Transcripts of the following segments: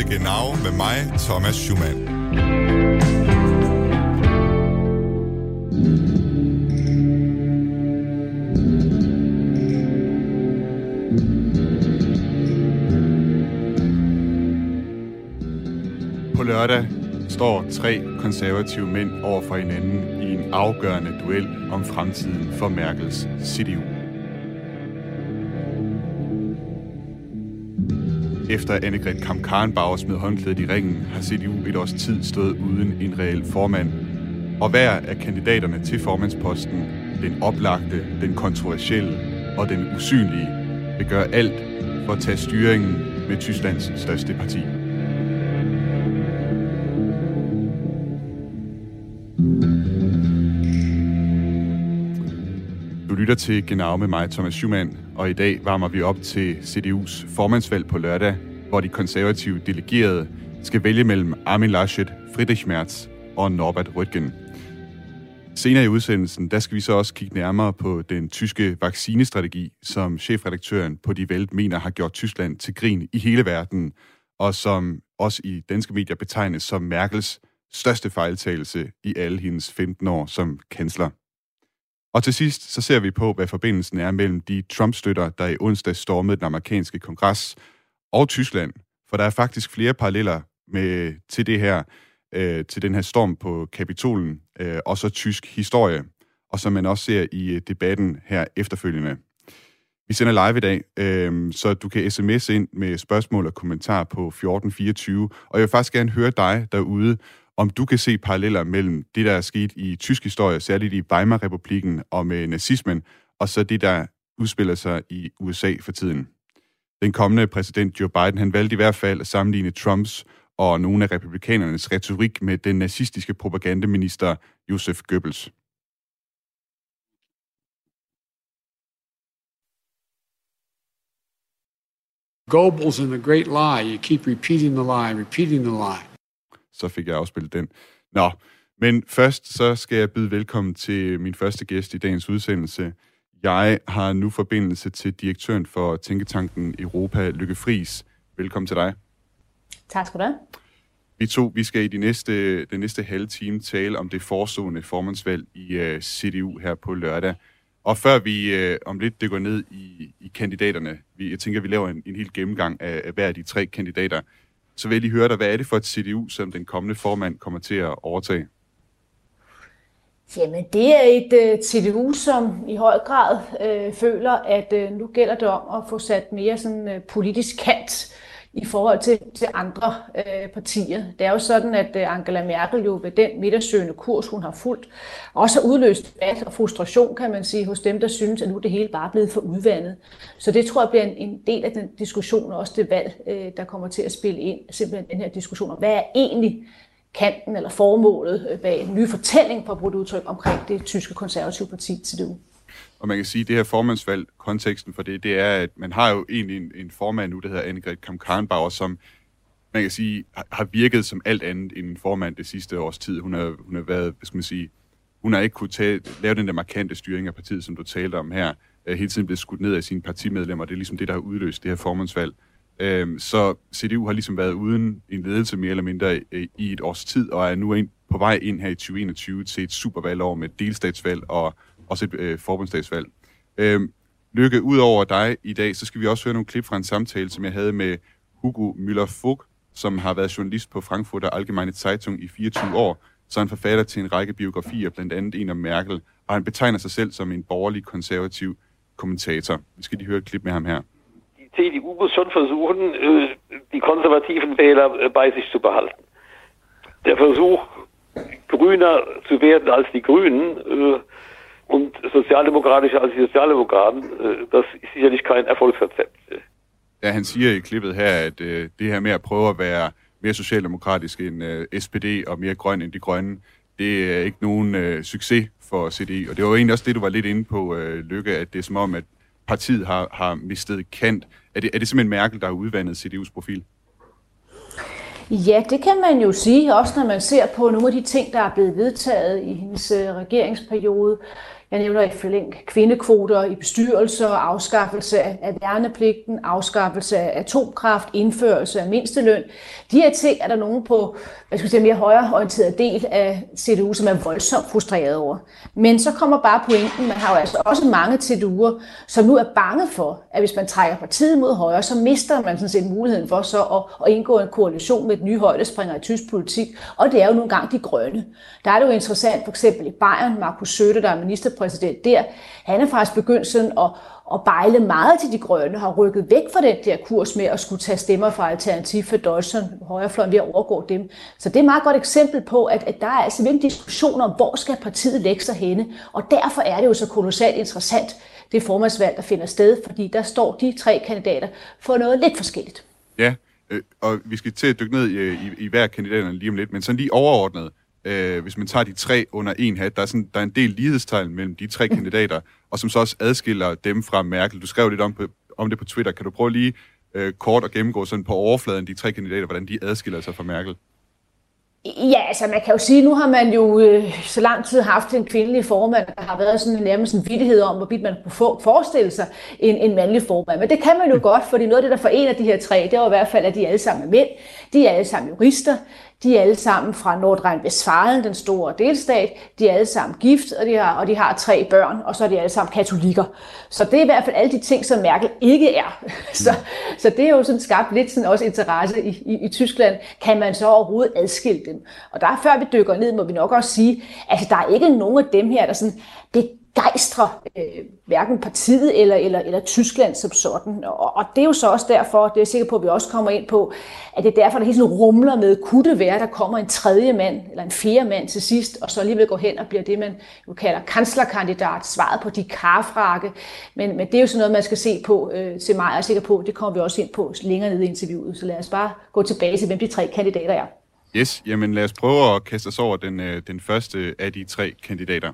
til Genau med mig, Thomas Schumann. På lørdag står 3 konservative mænd over for hinanden i en afgørende duel om fremtiden for Merkels CDU. Efter Annegret Kramp-Karrenbauer smed håndklædet i ringen, har CDU et års tid stået uden en reel formand. Og hver af kandidaterne til formandsposten, den oplagte, den kontroversielle og den usynlige, vil gøre alt for at tage styringen med Tysklands største parti. Du lytter til Genau med mig, Thomas Schumann, og i dag varmer vi op til CDU's formandsvalg på lørdag, hvor de konservative delegerede skal vælge mellem Armin Laschet, Friedrich Merz og Norbert Röttgen. Senere i udsendelsen, der skal vi så også kigge nærmere på den tyske vaccinestrategi, som chefredaktøren på Die Welt mener har gjort Tyskland til grin i hele verden, og som også i danske medier betegnes som Merkels største fejltagelse i alle hendes 15 år som kansler. Og til sidst, så ser vi på, hvad forbindelsen er mellem de Trump-støtter, der i onsdag stormede den amerikanske kongres, og Tyskland. For der er faktisk flere paralleller til det her, til den her storm på Kapitolen, og så tysk historie, og som man også ser i debatten her efterfølgende. Vi sender live i dag, så du kan sms ind med spørgsmål og kommentarer på 1424, og jeg vil faktisk gerne høre dig derude, om du kan se paralleller mellem det, der er sket i tysk historie, særligt i Weimar-republikken og med nazismen, og så det, der udspiller sig i USA for tiden. Den kommende præsident Joe Biden, han valgte i hvert fald at sammenligne Trumps og nogle af republikanernes retorik med den nazistiske propagandaminister Joseph Goebbels. Goebbels in the great lie. You keep repeating the lie. Så fik jeg afspillet den. Nå, men først så skal jeg byde velkommen til min første gæst i dagens udsendelse. Jeg har nu forbindelse til direktøren for Tænketanken Europa, Lykke Friis. Velkommen til dig. Tak skal du have. Vi skal i den næste halve time tale om det forestående formandsvalg i CDU her på lørdag. Og før vi om lidt dykker ned i kandidaterne, jeg tænker, vi laver en helt gennemgang af hver af de 3 kandidater, så vil jeg lige høre dig, hvad er det for et CDU, som den kommende formand kommer til at overtage? Jamen, det er et CDU, som i høj grad føler, at nu gælder det om at få sat mere sådan politisk kant i forhold til andre partier. Det er jo sådan, at Angela Merkel jo ved den midtersøgende kurs, hun har fulgt, også har udløst debat og frustration, kan man sige, hos dem, der synes, at nu det hele bare er blevet for udvandet. Så det tror jeg bliver en del af den diskussion, og også det valg, der kommer til at spille ind. Simpelthen den her diskussion om, hvad er egentlig kanten eller formålet bag en ny fortælling, for at bruge et udtryk, omkring det tyske konservative parti CDU. Og man kan sige, at det her formandsvalg, konteksten for det er, at man har jo egentlig en formand nu, der hedder Annegret Kramp-Karrenbauer, som man kan sige, har virket som alt andet end en formand det sidste års tid. Hun har været, hvad skal man sige, hun har ikke kunnet lave den der markante styring af partiet, som du talte om her. Hele tiden blevet skudt ned af sine partimedlemmer. Det er ligesom det, der har udløst det her formandsvalg. Så CDU har ligesom været uden en ledelse mere eller mindre i et års tid, og er nu på vej ind her i 2021 til et supervalgår med delstatsvalg og også et forbundsdagsvalg. Lykke, ud over dig i dag, så skal vi også høre nogle klip fra en samtale, som jeg havde med Hugo Müller-Vogt, som har været journalist på Frankfurter Allgemeine Zeitung i 24 år, så han forfatter til en række biografier, blandt andet en om Merkel, og han betegner sig selv som en borgerlig konservativ kommentator. Vi skal lige høre et klip med ham her. Die CDU muss schon versuchen, die konservativen Wähler bei sich zu behalten. Der Versuch, grüner zu werden als die Grünen und sozialdemokratischer als die Sozialdemokraten, das ist sicherlich kein Erfolgsrezept. Ja, han siger i klippet her, at det her med at prøve at være mere socialdemokratisk end SPD og mere grøn end de grønne, det er ikke nogen succes for CDU. Og det var jo egentlig også det, du var lidt inde på, Lykke, at det er som om, at partiet har mistet kant. Er det simpelthen Merkel, der har udvandet CDU's profil? Ja, det kan man jo sige, også når man ser på nogle af de ting, der er blevet vedtaget i hendes regeringsperiode. Jeg nævner i flæng kvindekvoter i bestyrelser, afskaffelse af værnepligten, afskaffelse af atomkraft, indførelse af mindsteløn. De her ting er der nogen på mere højreorienteret del af CDU, som er voldsomt frustreret over. Men så kommer bare pointen, man har jo altså også mange CDU'er, som nu er bange for, at hvis man trækker partiet mod højre, så mister man sådan set muligheden for så at indgå en koalition med et nye højdespringer i tysk politik, og det er jo nogle gange de grønne. Der er det jo interessant, for eksempel i Bayern, Markus Söder, der er ministerpræsident der, han er faktisk begyndt sådan at bejle meget til de grønne, har rykket væk fra den der kurs med at skulle tage stemmer fra Alternativ for Deutschland, højrefløjen ved at overgå dem. Så det er et meget godt eksempel på, at der er altså virkelig diskussioner om, hvor skal partiet lægge sig henne, og derfor er det jo så kolossalt interessant, det formandsvalg, der finder sted, fordi der står de 3 kandidater for noget lidt forskelligt. Ja, og vi skal til at dykke ned i hver kandidaterne lige om lidt, men sådan lige overordnet, hvis man tager de 3 under en hat, der er en del lighedstegn mellem de 3 kandidater, og som så også adskiller dem fra Merkel. Du skrev lidt om det på Twitter. Kan du prøve lige kort at gennemgå sådan på overfladen de 3 kandidater, hvordan de adskiller sig fra Merkel? Ja, altså man kan jo sige, nu har man jo så lang tid haft en kvindelig formand, der har været sådan nærmest en vittighed om, hvorvidt man kunne forestille sig en mandlig formand. Men det kan man jo godt, fordi noget af det, der forener de her 3, det var i hvert fald, at de alle sammen er mænd, de er alle sammen jurister, de er alle sammen fra Nordrhein-Westfalen, den store delstat, de er alle sammen gift, og de har 3 børn, og så er de alle sammen katolikker. Så det er i hvert fald alle de ting, som Merkel ikke er. Så det er jo sådan skabt lidt sådan også interesse i Tyskland. Kan man så overhovedet adskille dem? Og der før vi dykker ned, må vi nok også sige, at der er ikke nogen af dem her, der sådan begejstrer hverken partiet eller Tyskland som sådan. Og det er jo så også derfor, det er jeg sikker på, at vi også kommer ind på, at det er derfor, der hele tiden rumler med, kunne det være, der kommer en 3. mand eller en 4. mand til sidst, og så alligevel går hen og bliver det, man jo kalder kanslerkandidat, svaret på de karfrakke. Men det er jo sådan noget, man skal se på til mig, og jeg er sikker på, det kommer vi også ind på længere nede i interviewet. Så lad os bare gå tilbage til, hvem de 3 kandidater er. Yes, jamen lad os prøve at kaste os over den første af de 3 kandidater.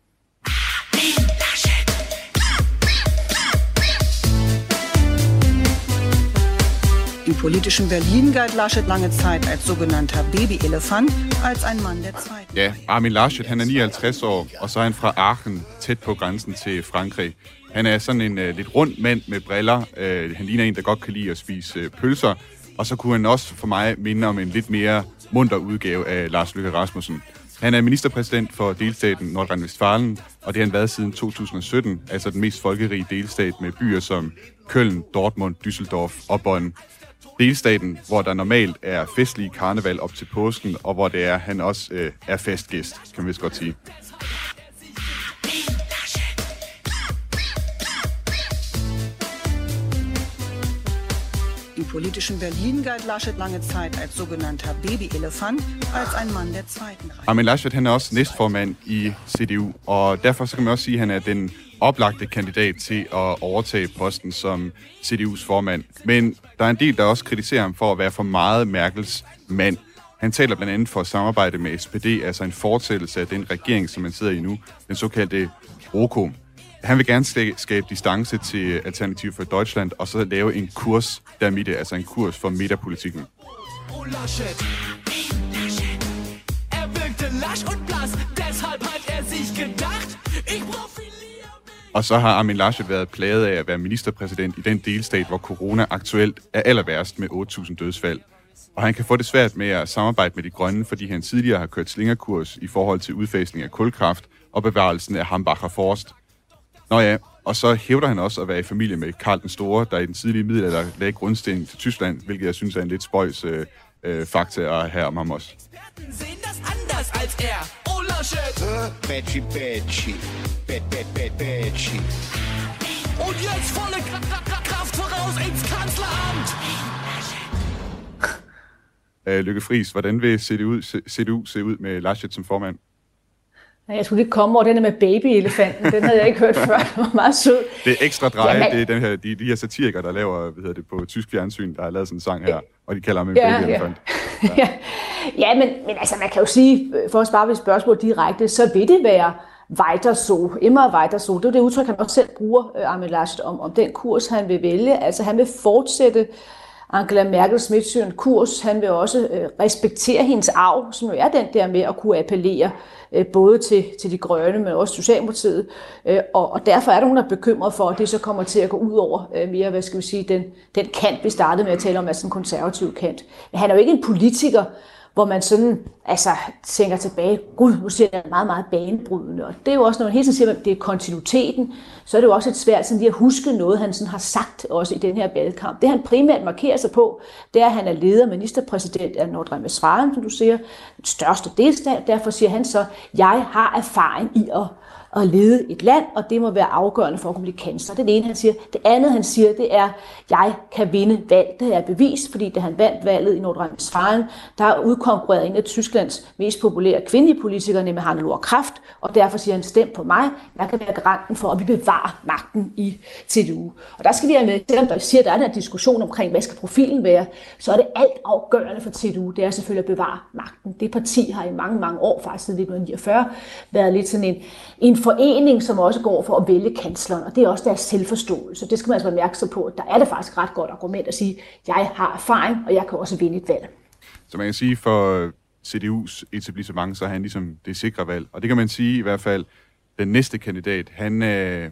Im politischen Berlin galt Laschet lange Zeit als sogenannter Babyelefant, als ein Mann der Zweiten. Ja, Armin Laschet, han er 59 år, og så er han fra Aachen, tæt på grænsen til Frankrig. Han er sådan en lidt rund mand med briller. Han ligner en, der godt kan lide at spise pølser. Og så kunne han også for mig minde om en lidt mere munter udgave af Lars Løkke Rasmussen. Han er ministerpræsident for delstaten Nordrhein-Westfalen, og det har han været siden 2017, altså den mest folkerige delstat med byer som Köln, Dortmund, Düsseldorf og Bonn. Delstaten, hvor der normalt er festlige karneval op til påsken, og hvor det er, han også er festgæst, kan man vist godt sige. Im politischen Berlin galt Laschet lange Zeit als sogenannter Babyelefant, als ein Mann der Zweiten Reihe. Armin Laschet, han er også næstformand i CDU, og derfor så kan man også sige, at han er den oplagte kandidat til at overtage posten som CDU's formand. Men der er en del, der også kritiserer ham for at være for meget Merkels mand. Han taler blandt andet for at samarbejde med SPD, altså en fortsættelse af den regering, som man sidder i nu, den såkaldte ROKO. Han vil gerne skabe distance til Alternativ for Deutschland, og så lave en kurs der midte, altså en kurs for midterpolitikken. Og så har Armin Laschet været plaget af at være ministerpræsident i den delstat, hvor corona aktuelt er aller værst med 8.000 dødsfald. Og han kan få det svært med at samarbejde med de grønne, fordi han tidligere har kørt slingerkurs i forhold til udfasning af kulkraft og bevarelsen af Hambacher Forst. Nå ja, og så hævder han også at være i familie med Karl den Store, der i den tidlige middelalder lagde grundstenen til Tyskland, hvilket jeg synes er en lidt spøjs fakta at have om ham også. Und jetzt volle Kraft voraus ins Kanzleramt! Lykke Friis, hvordan vil CDU se ud med Laschet som formand? Jeg skulle lige komme over den der med babyelefanten. Den havde jeg ikke hørt før. Det var meget sød. Det er ekstra dreje. Det er den her, de her satirikere, der laver det på tysk fjernsyn, der har lavet sådan en sang her, og de kalder ham en babyelefant. Ja, men altså man kan jo sige, for at svare på et spørgsmål direkte, så vil det være weiter so, immer weiter so. Det er det udtryk, han også selv bruger, Armin Laschet, om den kurs, han vil vælge. Altså han vil fortsætte Angela Merkels midtsyren kurs. Han vil også respektere hendes arv, som jo er den der med at kunne appellere både til de grønne, men også Socialdemokratiet. Og derfor er der nogen, der er bekymret for, at det så kommer til at gå ud over mere, hvad skal vi sige, den kant, vi startede med at tale om, altså en konservativ kant. Men han er jo ikke en politiker, hvor man sådan tænker tilbage, gud, nu siger jeg meget, meget banebrydende. Og det er jo også, når man hele tiden siger, at det er kontinuiteten, så er det jo også et svært sådan lige at huske noget, han sådan har sagt også i den her valgkamp. Det han primært markerer sig på, det er, at han er leder og ministerpræsident af Nordrhein-Westfalen, som du siger, den største delstat. Derfor siger han så, jeg har erfaring i at lede et land, og det må være afgørende for at kunne blive kansler. Det er det ene, han siger. Det andet, han siger, det er, jeg kan vinde valg. Det er bevist, fordi da han vandt valget i Nordrhein-Westfalen, der udkonkurrerede en af Tysklands mest populære kvindelige politikere, nemlig Hannelore Kraft, og derfor siger han, stem på mig. Jeg kan være garanten for, at vi bevarer magten i CDU. Og der skal vi have med, selvom der siger, at der er en diskussion omkring, hvad skal profilen være, så er det alt afgørende for CDU. Det er selvfølgelig at bevare magten. Det parti har i mange, mange år, faktisk siden 1949, været lidt sådan en forening, som også går for at vælge kansleren, og det er også deres selvforståelse. Det skal man altså være opmærksom på. Der er det faktisk ret godt argument at sige, jeg har erfaring, og jeg kan også vinde et valg. Så man kan sige, for CDU's etablissement, så er han ligesom det sikre valg. Og det kan man sige i hvert fald, den næste kandidat, han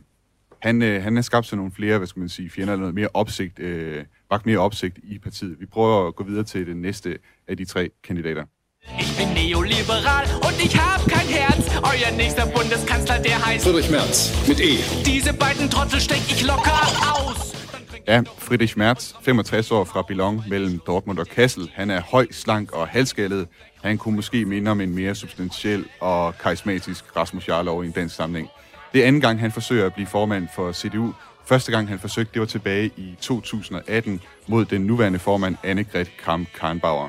har skabt sig nogle flere, fjender, eller noget mere opsigt, vagt mere opsigt i partiet. Vi prøver at gå videre til den næste af de tre kandidater. Ich bin neoliberal und ich hab kein Herz. Euer nächster Bundeskanzler, der heißt Friedrich Merz mit E. Diese beiden Trottel steck ich locker aus. Ja, Friedrich Merz, 65 år fra Billon mellem Dortmund og Kassel. Han er høj, slank og halvskaldet. Han kunne måske minde om en mere substantiel og karismatisk Rasmus Jarlov i en dansk sammenhæng. Det er anden gang, han forsøger at blive formand for CDU. Første gang, han forsøgte, det var tilbage i 2018 mod den nuværende formand Annegret Kramp-Karrenbauer.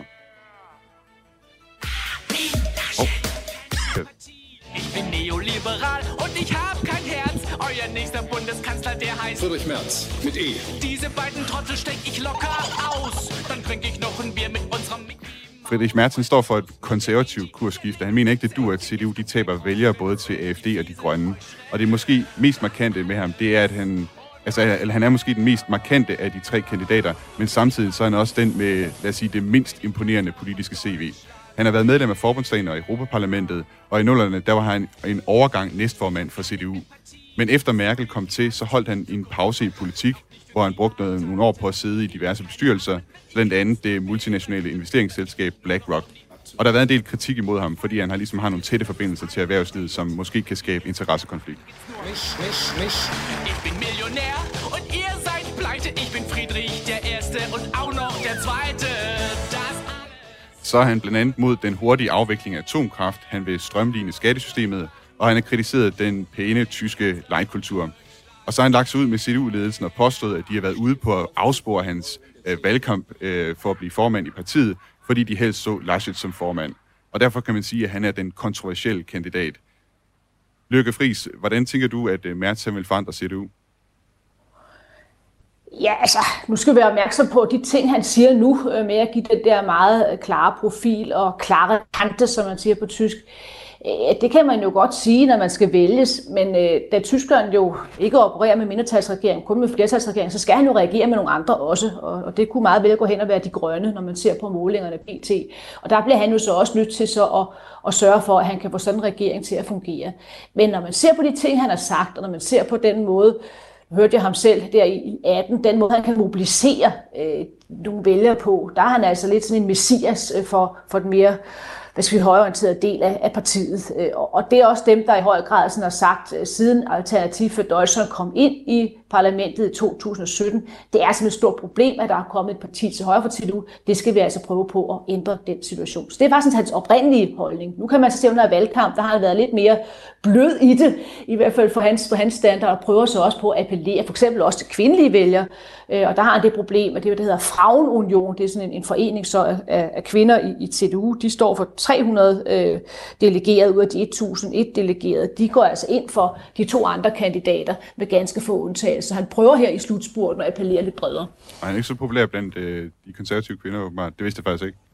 Ich bin neoliberal und ich hab kein Herz. Euer nächster Bundeskanzler, der heißt Friedrich Merz mit E. Diese beiden Trottel steck ich locker aus. Dann trink ich noch ein Bier mit unserem... Friedrich Merz står for et konservativt kursskifte. Han mener ikke, det duer, at CDU de taber vælgere både til AfD og de grønne. Og det måske mest markante med ham, det er, at han er måske den mest markante af de tre kandidater, men samtidig så er han også den med, lad os sige, det mindst imponerende politiske CV. Han har været medlem af Forbundsdagen og Europaparlamentet, og i 00'erne, der var han en overgang næstformand for CDU. Men efter Merkel kom til, så holdt han en pause i politik, hvor han brugte nogle år på at sidde i diverse bestyrelser, blandt andet det multinationale investeringsselskab BlackRock. Og der har været en del kritik imod ham, fordi han ligesom har nogle tætte forbindelser til erhvervslivet, som måske kan skabe interessekonflikt. Ich bin Millionär und ihr seid pleite. Ich bin Friedrich der Erste und auch noch der Zweite. Så er han blandt andet mod den hurtige afvikling af atomkraft, han vil strømline skattesystemet, og han har kritiseret den pæne tyske lejekultur. Og så har han lagt sig ud med CDU-ledelsen og påstået, at de har været ude på at afspore hans valgkamp for at blive formand i partiet, fordi de helst så Laschet som formand. Og derfor kan man sige, at han er den kontroversielle kandidat. Lykke Friis, hvordan tænker du, at Merz vil forandre CDU? Ja, nu skal vi være opmærksom på de ting, han siger nu, med at give den der meget klare profil og klare kante, som man siger på tysk. Det kan man jo godt sige, når man skal vælges, men da Tyskland jo ikke opererer med mindretalsregering, kun med flertalsregering, så skal han jo reagere med nogle andre også, og det kunne meget vel gå hen og være de grønne, når man ser på målingerne pt. Og der bliver han jo så også nødt til så at sørge for, at han kan få sådan en regering til at fungere. Men når man ser på de ting, han har sagt, og når man ser på den måde, hørte jeg ham selv der i 18, den måde, han kan mobilisere nogle vælgere på, der er han altså lidt sådan en messias for den mere højreorienterede del af partiet. Og det er også dem, der i høj grad sådan har sagt, siden Alternativ für Deutschland kom ind i parlamentet i 2017, det er simpelthen et stort problem, at der er kommet et parti til højre for CDU. Det skal vi altså prøve på at ændre den situation. Så det var sådan hans oprindelige holdning. Nu kan man så se under valgkamp, der har han været lidt mere blød i det, i hvert fald for hans standard, og prøver så også på at appellere, for eksempel også til kvindelige vælgere. Og der har han det problem, at det er, der hedder Frauenunion, det er sådan en forening så af kvinder i CDU. De står for 300 delegerede ud af de 1001 delegerede. De går altså ind for de to andre kandidater med ganske få undtagelser. Han prøver her i slutspurten at appellere lidt bredere. Og han er ikke så populær blandt de konservative kvinder, åbenbart. Det vidste jeg faktisk ikke.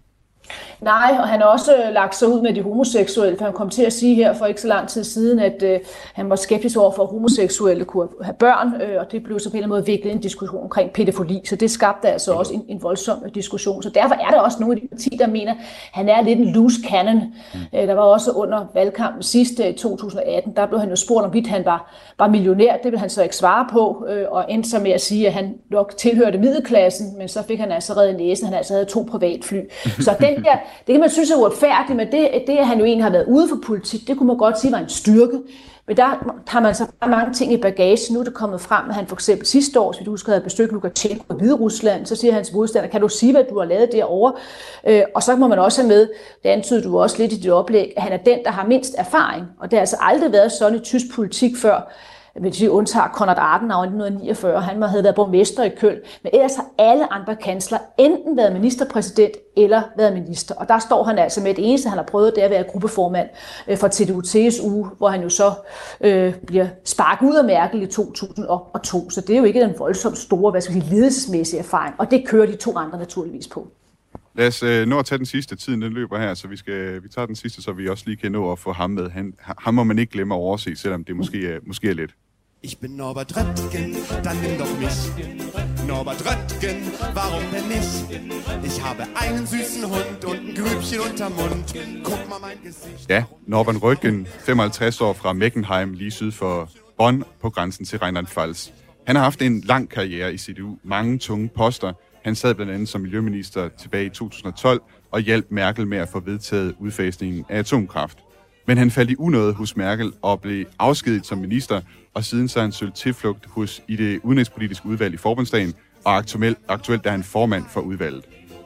Nej, og han har også lagt sig ud med de homoseksuelle, for han kom til at sige her for ikke så lang tid siden, at han var skeptisk over for, at homoseksuelle kunne have børn, og det blev så på en eller anden måde viklet en diskussion omkring pædofili, så det skabte altså også en voldsom diskussion. Så derfor er der også nogle af de partier, der mener, at han er lidt en loose cannon. Der var også under valgkampen sidste i 2018, der blev han jo spurgt, om han var millionær. Det ville han så ikke svare på, og endte så med at sige, at han nok tilhørte middelklassen, men så fik han altså reddet næsen, han altså havde 2 privatfly. Så den der, det kan man synes er uretfærdigt, men det, at han jo egentlig har været ude for politik, det kunne man godt sige var en styrke. Men der har man så mange ting i bagage. Nu er det kommet frem, at han for eksempel sidste år, hvis du husker, havde besøgt Lukashenko i Hviderusland, så siger hans modstander, kan du sige, hvad du har lavet derovre? Og så må man også have med, det antyder du også lidt i dit oplæg, at han er den, der har mindst erfaring. Og det har altså aldrig været sådan i tysk politik før, hvis vi undtager Konrad Adenauer i 1949, han havde været borgmester i Køln, men ellers har alle andre kansler enten været ministerpræsident eller været minister. Og der står han altså med det eneste, han har prøvet, det er at være gruppeformand for CDU-CSU, hvor han jo så bliver sparket ud af Merkel i 2002. Så det er jo ikke en voldsomt store, ledelsesmæssige erfaring, og det kører de 2 andre naturligvis på. Lad os nå at tage den sidste. Tiden den løber her, så vi tager den sidste, så vi også lige kan nå at få ham med. Ham må man ikke glemme at overse, selvom det måske er lidt. Ich bin Norbert Röttgen, dann nimm doch mich. Norbert Röttgen, warum denn nicht? Ich habe einen süßen Hund und ein Grübchen unterm Mund. Guck mal mein Gesicht. Ja, Norbert Röttgen, 55 år fra Meckenheim, lige syd for Bonn på grænsen til Rheinland-Pfalz. Han har haft en lang karriere i CDU, mange tunge poster. Han sad blandt andet som miljøminister tilbage i 2012 og hjalp Merkel med at få vedtaget udfasningen af atomkraft. Men han faldt i unåde hos Merkel og blev afskediget som minister, og siden så han søgt tilflugt i det udenrigspolitiske udvalg i Forbundsdagen, og aktuelt er han formand for udvalget.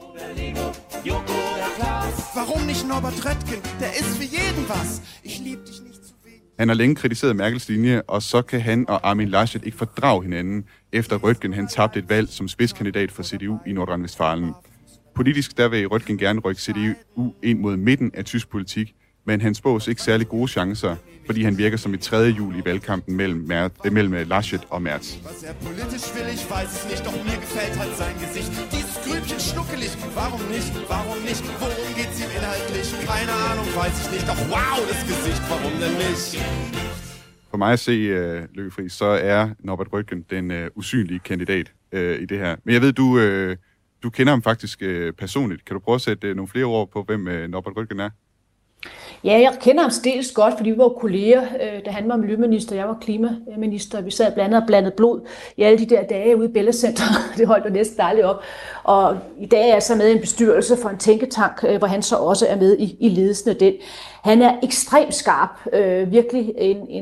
Warum nicht Norbert Röttgen? Der ist für jeden was. Ich lieb dich nicht zu wenig. Han har længe kritiseret Merkels linje, og så kan han og Armin Laschet ikke fordrage hinanden, efter Röttgen han tabte et valg som spidskandidat for CDU i Nordrhein-Westfalen. Politisk der vil Röttgen gerne rykke CDU ind mod midten af tysk politik, men han spås ikke særlig gode chancer, fordi han virker som et 3. hjul i valgkampen mellem Laschet og Merz. Was er politisch will, ich weiß es nicht, doch mir gefällt halt sein Gesicht. Dieses Grübchen schnuckelig, warum nicht, warum nicht, worum geht's ihm inhaltlich? Keine Ahnung, weiß ich nicht, doch wow, das Gesicht, warum denn nicht? For mig at se, Lykke Friis, så er Norbert Röttgen den usynlige kandidat i det her. Men jeg ved, du kender ham faktisk personligt. Kan du prøve at sætte nogle flere ord på, hvem Norbert Röttgen er? Ja, jeg kender ham stils godt, fordi vi var kolleger, da han var miljøminister, jeg var klimaminister, og vi sad blandet blod i alle de der dage ude i Bella Center. Det holdt jo næsten dejligt op. Og i dag er jeg så med i en bestyrelse for en tænketank, hvor han så også er med i ledelsen af den. Han er ekstremt skarp, virkelig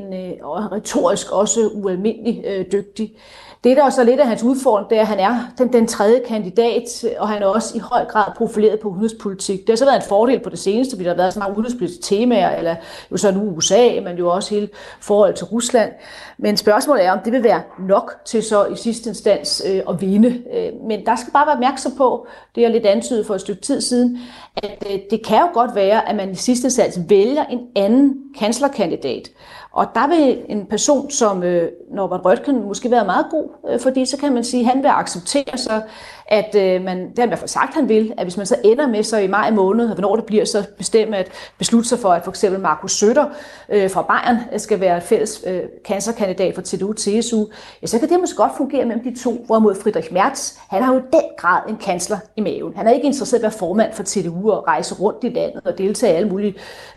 og retorisk også ualmindelig dygtig. Det, der også er lidt af hans udfordring, det er, at han er den 3. kandidat, og han er også i høj grad profileret på udenrigspolitik. Det har så været en fordel på det seneste, fordi der har været så mange udenrigspolitiske temaer, eller jo så nu USA, men jo også hele forhold til Rusland. Men spørgsmålet er, om det vil være nok til så i sidste instans at vinde. Men der skal bare være opmærksom på, det er lidt antydet for et stykke tid siden, at det kan jo godt være, at man i sidste instans vælger en anden kanslerkandidat. Og der vil en person som Norbert Röttgen måske være meget god, fordi så kan man sige, at han vil acceptere sig, at det har i hvert fald sagt, han vil, at hvis man så ender med så i maj måned, og hvornår det bliver, så beslutte sig for, at for eksempel Markus Söder fra Bayern skal være fælles kanslerkandidat for CDU-CSU, ja, så kan det måske godt fungere mellem de to, hvorimod Friedrich Merz, han har jo i den grad en kansler i maven. Han er ikke interesseret i at være formand for CDU og rejse rundt i landet og deltage i alle mulige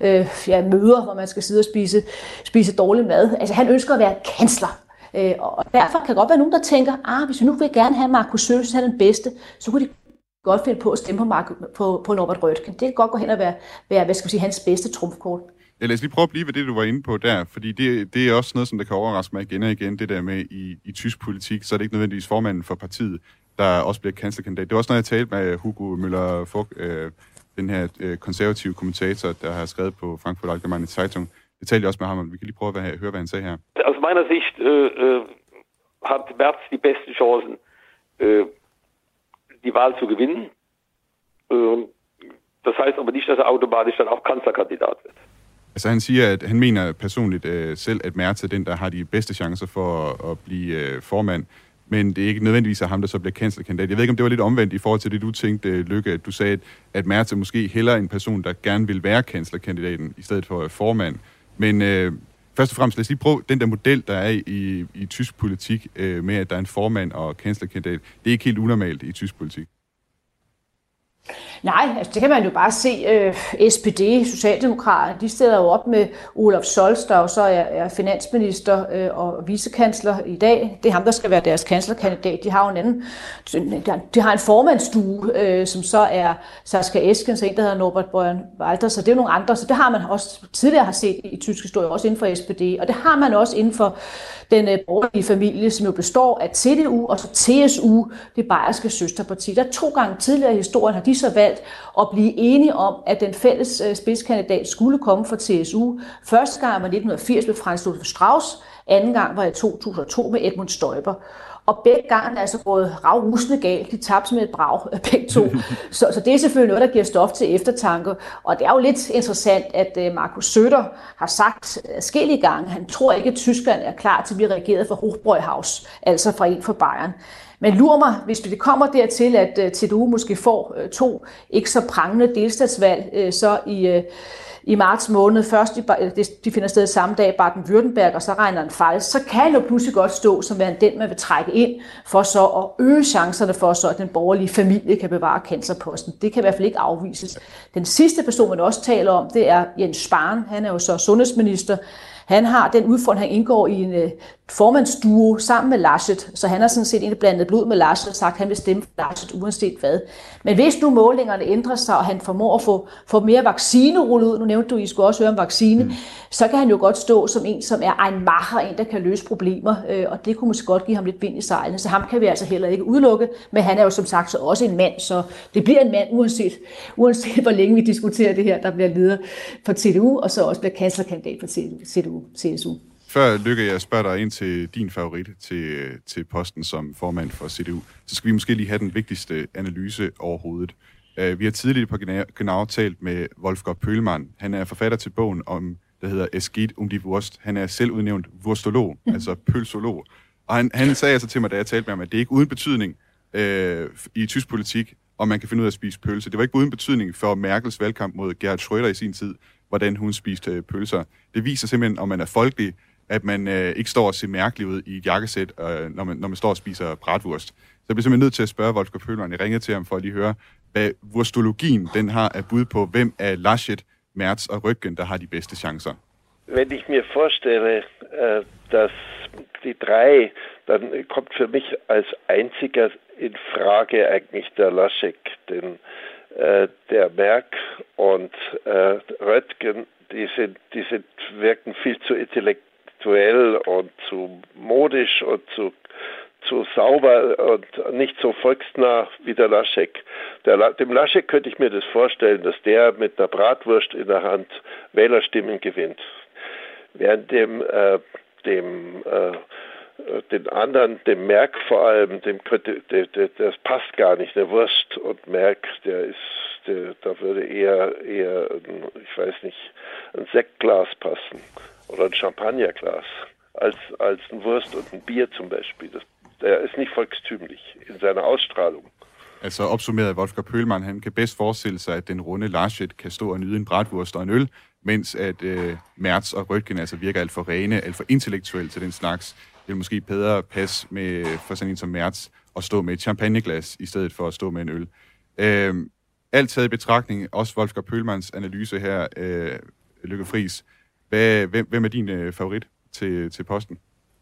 møder, hvor man skal sidde og spise dårlig mad. Altså han ønsker at være kansler. Og derfor kan der godt være nogen, der tænker, hvis vi nu vil gerne have Markus Söder, så er den bedste, så kunne de godt finde på at stemme på Norbert Röttgen. Det kan godt gå hen og være hans bedste trumfkort. Ja, lad os lige prøve at blive ved det, du var inde på der, fordi det er også noget, som der kan overraske mig igen og igen, det der med i tysk politik, så er det ikke nødvendigvis formanden for partiet, der også bliver kanslerkandidat. Det var også noget, jeg talte med Hugo Müller-Vogt, den her konservative kommentator, der har skrevet på Frankfurt Allgemeine Zeitung. Det talte jeg også med ham, og vi kan lige prøve at høre, hvad han sagde her. Aus meiner Sicht hat Merz die besten Chancen, die Wahl zu gewinnen. Das heißt aber nicht, dass automatisch dann auch Kanzlerkandidat wird. Altså han siger, at han mener personligt selv, at Merz er den, der har de bedste chancer for at blive formand. men det er ikke nødvendigvis ham, der så bliver kanslerkandidat. Jeg ved ikke, om det var lidt omvendt i forhold til det, du tænkte, Lykke, at du sagde, at Merz er måske hellere en person, der gerne vil være kanslerkandidaten, i stedet for formand. Men først og fremmest, lad os lige prøve den der model, der er i tysk politik, med at der er en formand og kanslerkandidat. Det er ikke helt unormalt i tysk politik. Nej, altså det kan man jo bare se. SPD, Socialdemokraterne, de stiller jo op med Olaf Scholz, der jo så er finansminister og vicekansler i dag. Det er ham, der skal være deres kanslerkandidat. De har jo de har en formandsstue, som så er Saskia Esken, så en, der hedder Norbert Born-Walter, så det er jo nogle andre. Så det har man også tidligere har set i tysk historie, også inden for SPD. Og det har man også inden for den borgerlige familie, som jo består af CDU og så TSU, det bayerske søsterparti. Der 2 gange tidligere i historien har de så valgt at blive enige om, at den fælles spidskandidat skulle komme fra TSU. Første gang var 1980 med Franz Josef Strauß, anden gang var i 2002 med Edmund Stoiber. Og begge gange er altså gået ravrusende galt. De tabte med et brag, begge to. Så det er selvfølgelig noget, der giver stof til eftertanke. Og det er jo lidt interessant, at Markus Söder har sagt adskillige gange, han tror ikke, at Tyskland er klar til at blive regeret for Hochbräuhaus, altså fra en fra Bayern. Men lur mig, hvis det kommer dertil, at CDU måske får 2 ikke så prangende delstatsvalg, så i marts måned. Først de finder sted samme dag Baden-Württemberg, og så regner en fejl. Så kan jo pludselig godt stå som den, man vil trække ind, for så at øge chancerne for, så at den borgerlige familie kan bevare kanslerposten. Det kan i hvert fald ikke afvises. Den sidste person, man også taler om, det er Jens Spahn. Han er jo så sundhedsminister. Han har den udfordring, han indgår i en formandsduo sammen med Laschet, så han har sådan set egentlig blandet blod med Laschet og sagt, at han vil stemme for Laschet uanset hvad. Men hvis nu målingerne ændrer sig, og han formår at få mere vaccine rullet ud, nu nævnte du, I skulle også høre om vaccine, så kan han jo godt stå som en, som er en macher, en, der kan løse problemer, og det kunne måske godt give ham lidt vind i sejlene, så ham kan vi altså heller ikke udelukke, men han er jo som sagt så også en mand, så det bliver en mand, uanset hvor længe vi diskuterer det her, der bliver leder for CDU, og så også bliver kanslerkandidat for CSU. Før, Lykke, jeg spørger dig ind til din favorit til posten som formand for CDU, så skal vi måske lige have den vigtigste analyse overhovedet. Vi har tidligere på Genau talt med Wolfgang Pöhlmann. Han er forfatter til bogen der hedder Es geht um die Wurst. Han er selv udnævnt wurstolog, altså pølsolog. Og han sagde altså til mig, da jeg talte med ham, at det er ikke uden betydning i tysk politik, om man kan finde ud af at spise pølse. Det var ikke uden betydning for Merkels valgkamp mod Gerhard Schröder i sin tid, hvordan hun spiste pølser. Det viser simpelthen, om man er folkelig, at man ikke står og ser mærkelig ud i et jakkesæt, når man står og spiser bratwurst. Så jeg bliver simpelthen nødt til at spørge Wolfgang Pöhlmann. Jeg ringede til ham for at lige høre, hvad wurstologien den har af bud på, hvem af Laschet, Merz og Röttgen, der har de bedste chancer. Wenn ich mir vorstelle, dass die 3, dann kommt für mich als einziger in Frage eigentlich der Laschet, denn der Merck und Röttgen, die wirken viel zu intellektuell und zu modisch und zu sauber und nicht so volksnah wie der Laschet. Dem Laschet könnte ich mir das vorstellen, dass der mit einer Bratwurst in der Hand Wählerstimmen gewinnt. Während den anderen, dem Merck vor allem, das passt gar nicht. Der Wurst und Merck, da würde eher ich weiß nicht, ein Sektglas passen oder ein Champagnerglas als ein Wurst und ein Bier zum Beispiel. Der ist nicht volkstümlich in seiner Ausstrahlung. Altså opsummeret Wolfgang Pöhlmann, han kan bedst forestille sig, at den runde Laschet kan stå og nyde en bratwurst og en øl, mens at Merz og Röttgen altså virker alt for rene, alt for intellektuelle til den slags. Det vil måske bedre passe med for sådan en som Merz at stå med et champagneglas, i stedet for at stå med en øl. Alt taget i betragtning, også Wolfgang Pöhlmanns analyse her, Lykke Friis. Hvem er din favorit til posten?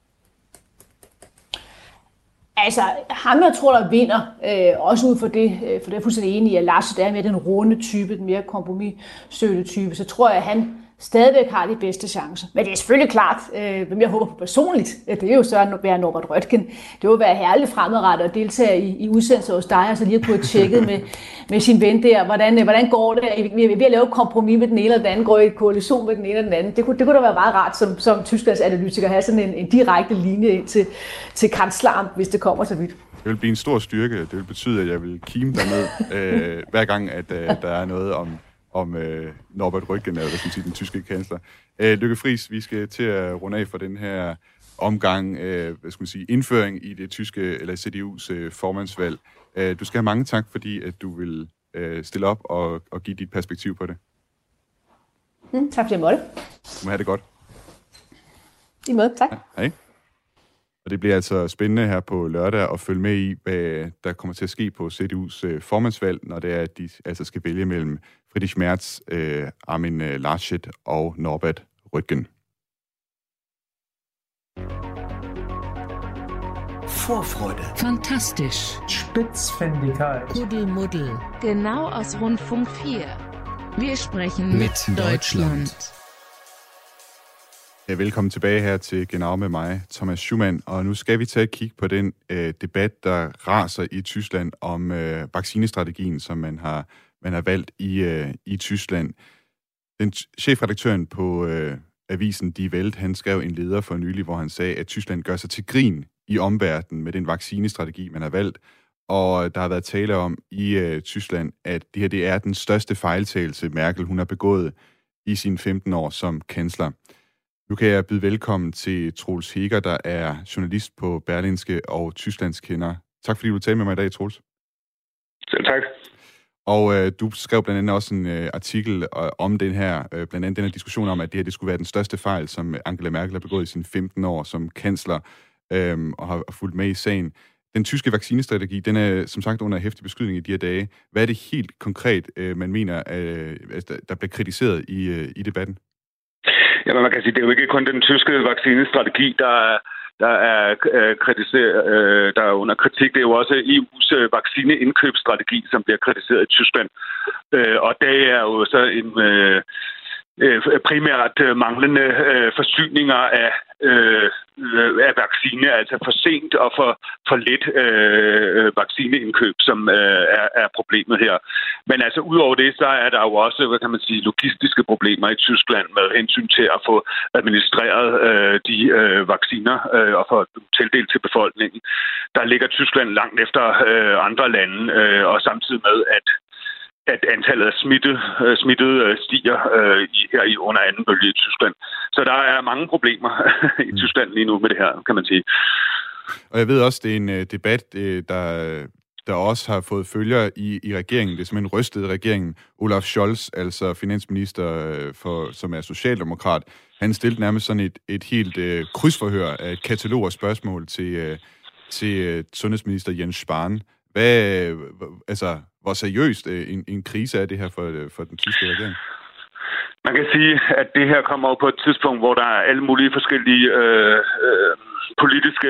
Altså, ham jeg tror, der vinder, også ud for det, for det er fuldstændig enig i, at Laschet er med den runde type, den mere kompromissøgende type, så tror jeg, at han stadigvæk har de bedste chancer. Men det er selvfølgelig klart, hvem jeg håber på personligt, det er jo så at være Norbert Röttgen. Det vil være herligt fremadrettet at deltage i udsendelser hos dig, og så lige at kunne tjekke med sin ven der, hvordan går det? Vi er ved at lave et kompromis med den ene eller den anden, går i et koalition med den ene eller den anden. Det kunne da være meget rart som Tysklands analytiker at have sådan en direkte linje ind til kansleren, hvis det kommer så vidt. Det vil blive en stor styrke. Det vil betyde, at jeg vil kime derned, hver gang, at der er noget om Norbert Röttgen, eller hvad skal man sige, den tyske kansler. Lykke Friis, vi skal til at runde af for den her omgang, indføring i det tyske, eller CDU's formandsvalg. Du skal have mange tak, fordi at du vil stille op og give dit perspektiv på det. Tak fordi jeg måtte. Du må have det godt. I måde, tak. Ja, hej. Og det bliver altså spændende her på lørdag at følge med i, hvad der kommer til at ske på CDU's formandsvalg, når det er, at de altså skal vælge mellem Friedrich Merz, Armin Laschet og Norbert Röttgen. Vorfreude. Fantastisch. Spitzfindigkeit. Kuddelmuddel. Genau aus Rundfunk 4. Wir sprechen mit Deutschland. Ja, velkommen tilbage her til Genau med mig, Thomas Schumann. Og nu skal vi tage et kig på den debat, der raser i Tyskland om vaccinestrategien, som man har valgt i Tyskland. Den chefredaktøren på avisen Die Welt, han skrev en leder for nylig, hvor han sagde, at Tyskland gør sig til grin i omverdenen med den vaccinestrategi, man har valgt. Og der har været tale om i Tyskland, at det her det er den største fejltagelse, Merkel hun har begået i sine 15 år som kansler. Nu kan jeg byde velkommen til Troels Heger, der er journalist på Berlingske og Tysklandskender. Tak fordi du talte med mig i dag, Troels. Selv tak. Og du skrev blandt andet også en artikel om den her, blandt andet den her diskussion om, at det her det skulle være den største fejl, som Angela Merkel har begået i sine 15 år som kansler, og har fulgt med i sagen. Den tyske vaccinestrategi, den er som sagt under heftig beskydning i de her dage. Hvad er det helt konkret, man mener, der bliver kritiseret i debatten? Jamen, man kan sige, det er jo ikke kun den tyske vaccinestrategi, der er kritiseret, der er under kritik. Det er jo også EU's vaccineindkøbsstrategi, som bliver kritiseret i Tyskland. Og det er jo så en primært manglende forsyninger af vaccine, altså for sent og for lidt vaccineindkøb, som er problemet her. Men altså udover det, så er der jo også, hvad kan man sige, logistiske problemer i Tyskland med hensyn til at få administreret de vacciner og få tildelt til befolkningen. Der ligger Tyskland langt efter andre lande, og samtidig med, at antallet af smittede stiger her i under anden bølge i Tyskland. Så der er mange problemer i Tyskland lige nu med det her, kan man sige. Og jeg ved også, det er en debat, der også har fået følger i regeringen. Det er simpelthen rystet regeringen. Olaf Scholz, altså finansminister, som er socialdemokrat, han stillede nærmest sådan et helt krydsforhør af et katalog af spørgsmål til sundhedsminister Jens Spahn. Hvor seriøst en krise er det her for den tyske regering? Man kan sige, at det her kommer på et tidspunkt, hvor der er alle mulige forskellige politiske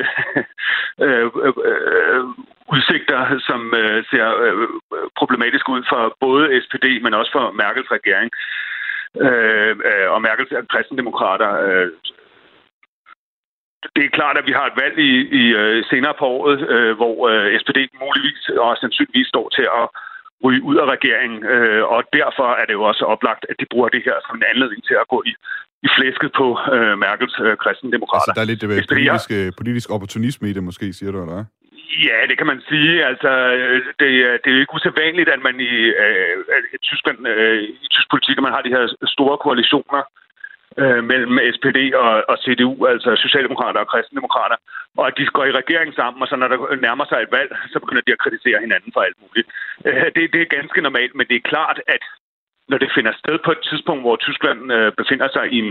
udsigter, som ser problematiske ud for både SPD, men også for Merkels regering og Merkels kristendemokrater. Det er klart, at vi har et valg i senere på året, hvor SPD muligvis og sandsynligvis står til at ryge ud af regeringen, og derfor er det jo også oplagt, at de bruger det her som en anledning til at gå i flæsket på Merkels kristendemokrater. Altså, der er lidt politisk opportunisme i det, måske, siger du, eller hvad? Ja, det kan man sige. Altså, det er jo ikke usædvanligt, at man i Tyskland, i tysk politik, at man har de her store koalitioner mellem SPD og CDU, altså socialdemokrater og kristendemokrater, og at de går i regering sammen, og så når der nærmer sig et valg, så begynder de at kritisere hinanden for alt muligt. Det er ganske normalt, men det er klart, at når det finder sted på et tidspunkt, hvor Tyskland befinder sig i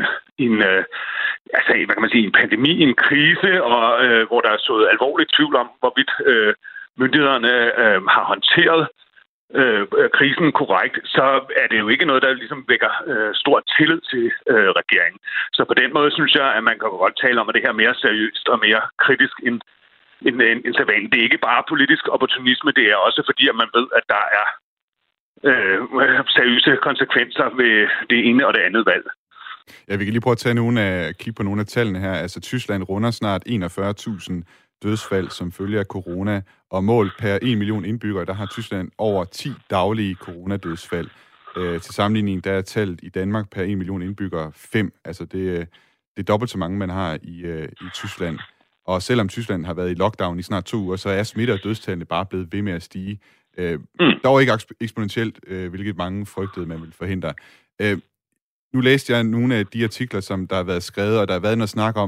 en pandemi, en krise, og hvor der er sået alvorligt tvivl om, hvorvidt myndighederne har håndteret krisen korrekt, så er det jo ikke noget, der ligesom vækker stor tillid til regeringen. Så på den måde synes jeg, at man kan godt tale om, at det her er mere seriøst og mere kritisk end sædvanligt. Det er ikke bare politisk opportunisme, det er også fordi, at man ved, at der er seriøse konsekvenser ved det ene og det andet valg. Ja, vi kan lige prøve at kigge på nogle af tallene her. Altså, Tyskland runder snart 41.000 dødsfald som følge af corona, og målt per 1 million indbyggere, der har Tyskland over 10 daglige coronadødsfald. Til sammenligning, der er tallet i Danmark per 1 million indbyggere 5. Altså, det er dobbelt så mange, man har i Tyskland. Og selvom Tyskland har været i lockdown i snart 2 uger, så er smitte- og dødstallene bare blevet ved med at stige. Dog ikke eksponentielt, hvilket mange frygtede, man ville forhindre. Nu læste jeg nogle af de artikler, som der har været skrevet, og der har været noget snak om,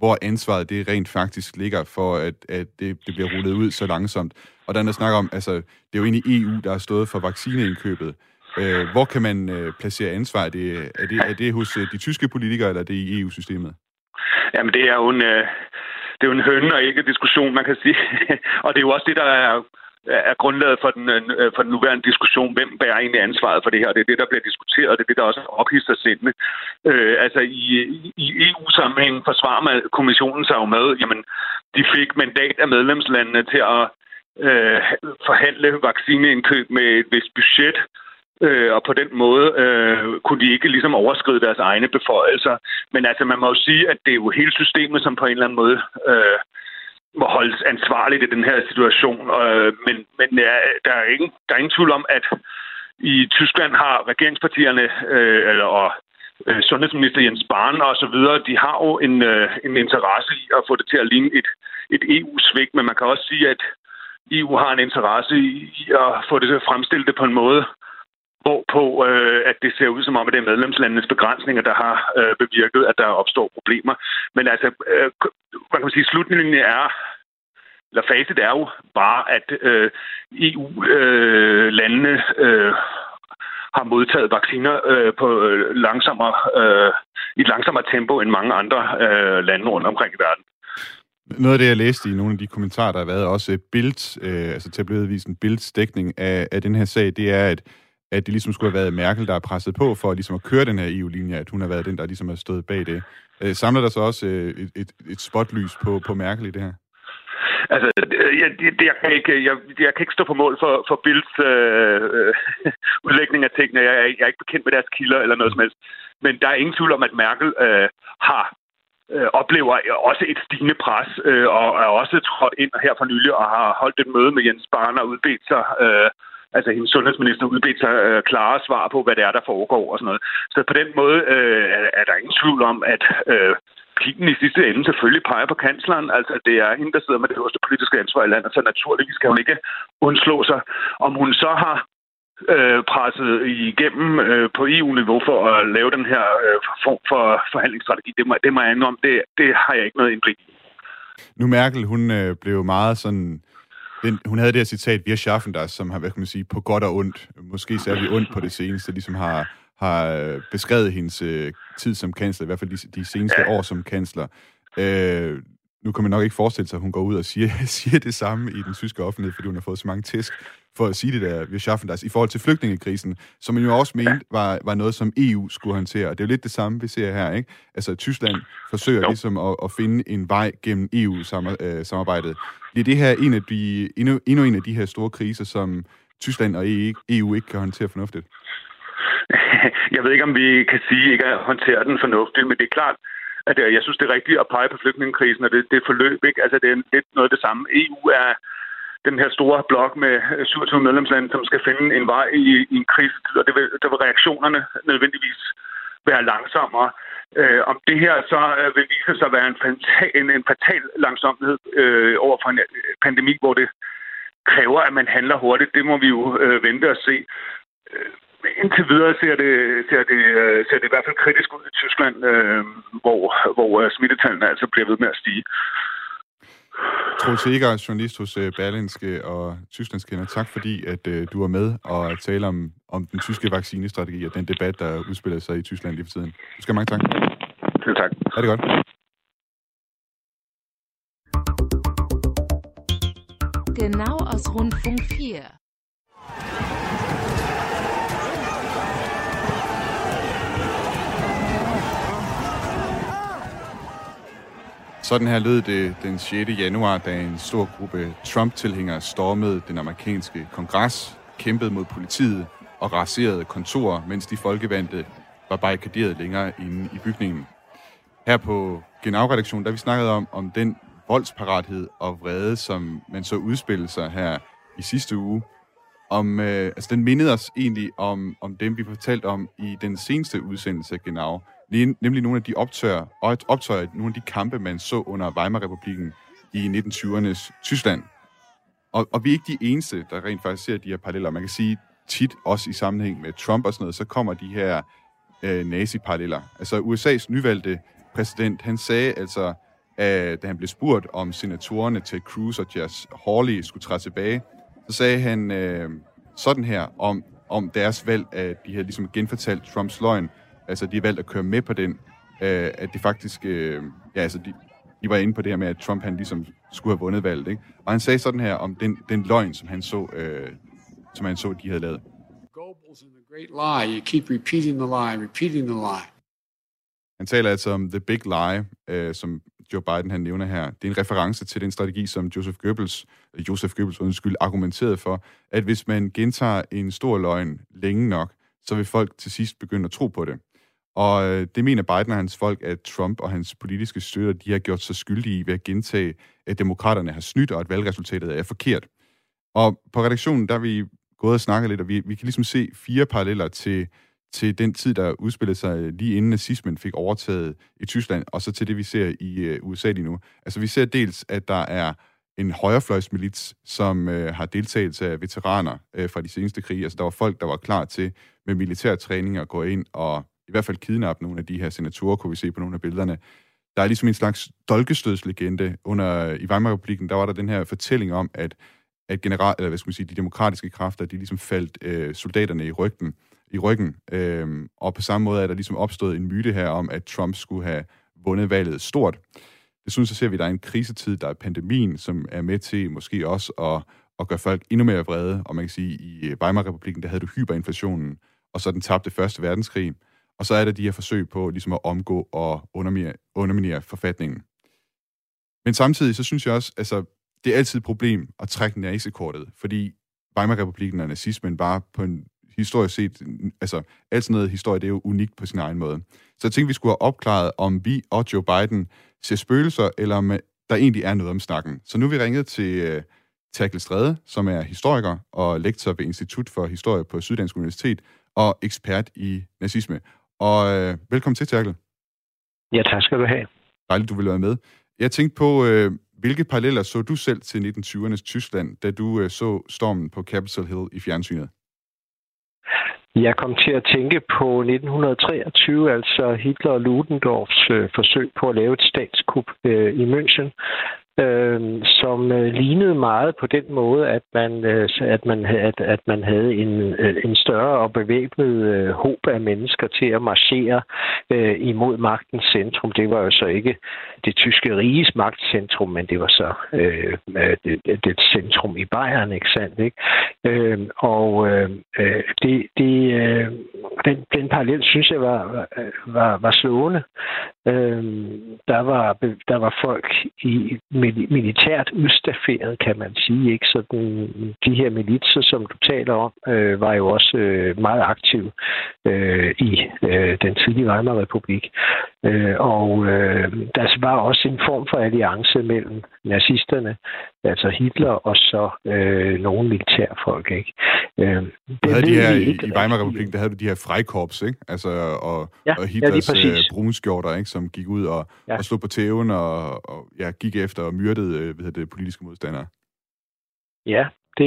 hvor ansvaret det rent faktisk ligger for, at det bliver rullet ud så langsomt. Og der er noget snak om, altså, det er jo egentlig EU, der har stået for vaccineindkøbet. Hvor kan man placere ansvar? Er det hos de tyske politikere, eller er det i EU-systemet? Jamen, det er jo en høne og ikke diskussion, man kan sige. Og det er jo også det, der er grundlaget for den nuværende diskussion. Hvem bærer egentlig ansvaret for det her? Det er det, der bliver diskuteret, og det er det, der også ophidser sindene. Altså, i EU-sammenhæng forsvarer kommissionen sig jo med, jamen, de fik mandat af medlemslandene til at forhandle vaccineindkøb med et vist budget, og på den måde kunne de ikke ligesom overskride deres egne beføjelser. Men altså, man må jo sige, at det er jo hele systemet, som på en eller anden måde må holdes ansvarligt i den her situation. Men der er ingen tvivl om, at i Tyskland har regeringspartierne og sundhedsminister Jens Spahn og så videre, de har jo en interesse i at få det til at ligne et EU-svigt, men man kan også sige, at EU har en interesse i at få det til at fremstille det på en måde, hvorpå at det ser ud som om, at det er medlemslandenes begrænsninger, der har bevirket, at der opstår problemer. Men altså, man kan sige, slutningen eller facit er jo bare, at EU-landene har modtaget vacciner på i et langsommere tempo end mange andre lande rundt omkring i verden. Noget af det, jeg læste i nogle af de kommentarer, der har været også Bild, altså tabloidavisen Bilds dækning af den her sag, det er, at det ligesom skulle have været Merkel, der er presset på for ligesom at køre den her EU-linje, at hun har været den, der ligesom har stået bag det. Samler der så også et spotlys på Merkel i det her? Altså, jeg kan ikke stå på mål for Bilds udlægning af tingene. Jeg er ikke bekendt med deres kilder eller noget som helst. Men der er ingen tvivl om, at Merkel oplever også et stigende pres, og er også trådt ind her for nylig og har holdt et møde med Jens Spahn og udbedt sig, altså hendes sundhedsminister udbedt sig klare svar på, hvad det er, der foregår og sådan noget. Så på den måde er der ingen tvivl om, at pilen i sidste ende selvfølgelig peger på kansleren. Altså, det er hende, der sidder med det øverste politiske ansvar i landet, så naturligvis kan hun ikke undslå sig. Om hun så har presset igennem på EU-niveau for at lave den her form for forhandlingsstrategi, det må jeg indrømme, det har jeg ikke noget indblik i. Nu Merkel, hun blev meget sådan... Hun havde det her citat, wir schaffen das, som har, hvad kan man sige, på godt og ondt, måske særligt ondt på det seneste, ligesom har beskrevet hendes tid som kansler, i hvert fald de seneste år som kansler. Nu kan man nok ikke forestille sig, at hun går ud og siger det samme i den tyske offentlighed, fordi hun har fået så mange tæsk for at sige det der, wir schaffen das, i forhold til flygtningekrisen, som man jo også mente var noget, som EU skulle håndtere. Og det er jo lidt det samme, vi ser her, ikke? Altså, Tyskland forsøger ligesom at finde en vej gennem EU-samarbejdet. Bliver det her endnu en af de her store kriser, som Tyskland og EU ikke kan håndtere fornuftigt? Jeg ved ikke, om vi kan sige ikke at håndtere den fornuftigt, men det er klart, at jeg synes, det er rigtigt at pege på flygtningekrisen, og det forløb, ikke? Altså, det er lidt noget af det samme. EU er den her store blok med 27 medlemslande, som skal finde en vej i en krisetid, og der vil reaktionerne nødvendigvis være langsommere. Om det her så vil vise sig at være en fatal langsomhed over for en pandemi, hvor det kræver, at man handler hurtigt, det må vi jo vente og se. Indtil videre ser det i hvert fald kritisk ud i Tyskland, hvor smittetallene altså bliver ved med at stige. Troels Eger, journalist hos Berlingske og Tysklandskender. Tak fordi, at du var med og tale om den tyske vaccinestrategi og den debat, der udspiller sig i Tyskland lige for tiden. Du skal have mange tak. Selv tak. Ha' det godt. Genau aus Rundfunk 4. Sådan her lød det den 6. januar, da en stor gruppe Trump-tilhængere stormede den amerikanske kongres, kæmpede mod politiet og raserede kontorer, mens de folkevalgte var barrikaderet længere inde i bygningen. Her på Genau-redaktionen, der vi snakket om den voldsparathed og vrede, som man så udspille sig her i sidste uge. Den mindede os egentlig om dem, vi fortalte om i den seneste udsendelse af Genau. Nemlig nogle af de optøjer, nogle af de kampe, man så under Weimar-republikken i 1920'ernes Tyskland. Og vi er ikke de eneste, der rent faktisk ser de her paralleller. Man kan sige tit, også i sammenhæng med Trump og sådan noget, så kommer de her nazi-paralleller. Altså USA's nyvalgte præsident, han sagde altså da han blev spurgt, om senatorerne Ted Cruz og Josh Hawley skulle træde tilbage, så sagde han sådan her om deres valg, at de havde ligesom genfortalt Trumps løgn, altså de har valgt at køre med på den, at det faktisk, de var inde på det her med, at Trump han ligesom skulle have vundet valget, ikke? Og han sagde sådan her om den løgn, som han så, de havde lavet. Goebbels and the great lie. You keep repeating the lie, repeating the lie. Han taler altså om the big lie, som Joe Biden han nævner her. Det er en reference til den strategi, som Joseph Goebbels argumenterede for, at hvis man gentager en stor løgn længe nok, så vil folk til sidst begynde at tro på det. Og det mener Biden og hans folk, at Trump og hans politiske støtter, de har gjort sig skyldige i ved at gentage, at demokraterne har snydt, og at valgresultatet er forkert. Og på redaktionen, der er vi gået og snakket lidt, og vi kan ligesom se 4 paralleller til den tid, der udspillede sig lige inden nazismen fik overtaget i Tyskland, og så til det, vi ser i USA lige nu. Altså, vi ser dels, at der er en højrefløjsmilits, som har deltagelse af veteraner fra de seneste krige. Altså, der var folk, der var klar til med militærtræning at gå ind og i hvert fald kidnappe nogle af de her senatorer, kunne vi se på nogle af billederne. Der er ligesom en slags dolkestødslegende i Weimarrepublikken. Der var der den her fortælling om, at de demokratiske kræfter, de ligesom faldt soldaterne i ryggen. Og på samme måde er der ligesom opstået en myte her om, at Trump skulle have vundet valget stort. Det synes jeg ser vi, at der er en krisetid, der er pandemien, som er med til måske også at gøre folk endnu mere vrede. Og man kan sige, i Weimarrepublikken, der havde du hyperinflationen, og så den tabte første verdenskrig. Og så er der de her forsøg på ligesom at omgå og underminere forfatningen. Men samtidig så synes jeg også, altså det er altid et problem at trække næsekortet, fordi Weimarrepublikken og nazismen bare på en historisk set, altså alt sådan noget historie, det er jo unikt på sin egen måde. Så jeg tænkte, vi skulle have opklaret, om vi og Joe Biden ser spøgelser, eller om der egentlig er noget om snakken. Så nu er vi ringet til Terkel Stræde, som er historiker og lektor ved Institut for Historie på Syddansk Universitet og ekspert i nazisme. Og velkommen til, Terkel. Ja, tak skal du have. Dejligt, du vil være med. Jeg tænkte på, hvilke paralleller så du selv til 1920'ernes Tyskland, da du så stormen på Capitol Hill i fjernsynet? Jeg kom til at tænke på 1923, altså Hitler og Ludendorffs forsøg på at lave et statskup i München, som lignede meget på den måde, at man havde en større og bevæbnet håb af mennesker til at marchere imod magtens centrum. Det var jo så ikke det tyske riges magtcentrum, men det var så det centrum i Bayern, ikke sandt? Ikke? Den parallel synes jeg var slående. Der var folk i militært udstafferet, kan man sige, ikke? Så de her militser, som du taler om, var jo også meget aktive i den tidlige Weimarrepublik. Der var også en form for alliance mellem nazisterne, altså Hitler, og så nogle militærfolk, ikke? I Weimarrepublikken, der havde du de her Freikorps, ikke? Altså, og Hitlers brunskjorter, ikke? Som gik ud og slog på tæven og gik efter og myrdede politiske modstandere. Ja,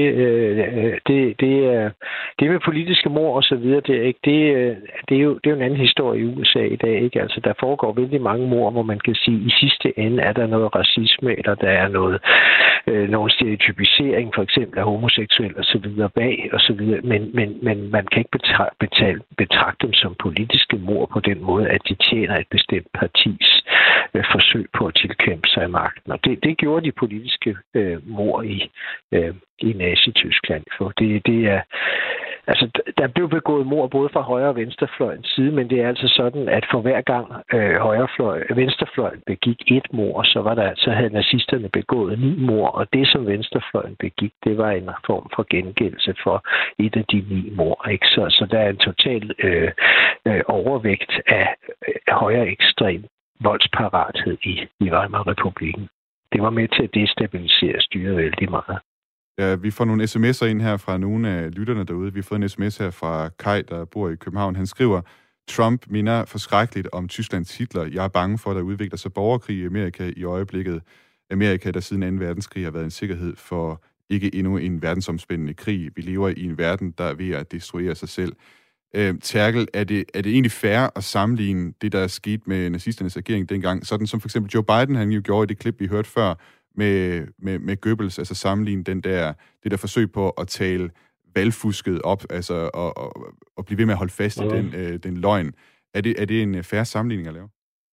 det med politiske mord og så videre, det er jo en anden historie i USA i dag, ikke? Altså, der foregår vældig mange mord, hvor man kan sige, i sidste ende er der noget racisme, eller der er nogen stereotypisering, for eksempel af homoseksuelle og så videre bag og så videre, men man kan ikke betragte dem som politiske mord på den måde, at de tjener et bestemt partis forsøg på at tilkæmpe sig magten. Og det gjorde de politiske mord i Nazi-Tyskland. For det er, altså, der blev begået mord både fra højre og venstrefløjens side, men det er altså sådan, at for hver gang venstrefløjen begik et mord, så havde nazisterne begået 9 mord, og det, som venstrefløjen begik, det var en form for gengældelse for et af de 9 mord. Ikke? Så der er en total overvægt af højre ekstrem voldsparathed i Weimarrepublikken. Det var med til at destabilisere styret vældig meget. Ja, vi får nogle sms'er ind her fra nogle af lytterne derude. Vi har fået en sms her fra Kai, der bor i København. Han skriver, Trump minder forskrækkeligt om Tysklands Hitler. Jeg er bange for, at der udvikler sig borgerkrig i Amerika i øjeblikket. Amerika, der siden 2. verdenskrig har været en sikkerhed for ikke endnu en verdensomspændende krig. Vi lever i en verden, der er ved at destruere sig selv. Terkel, er det egentlig fair at sammenligne det, der er sket med nazisternes regering dengang, sådan som for eksempel Joe Biden, han jo gjorde i det klip, vi hørte før, med Goebbels, altså sammenligne det der forsøg på at tale valgfusket op, altså og blive ved med at holde fast i den løgn. Er det en fair sammenligning at lave?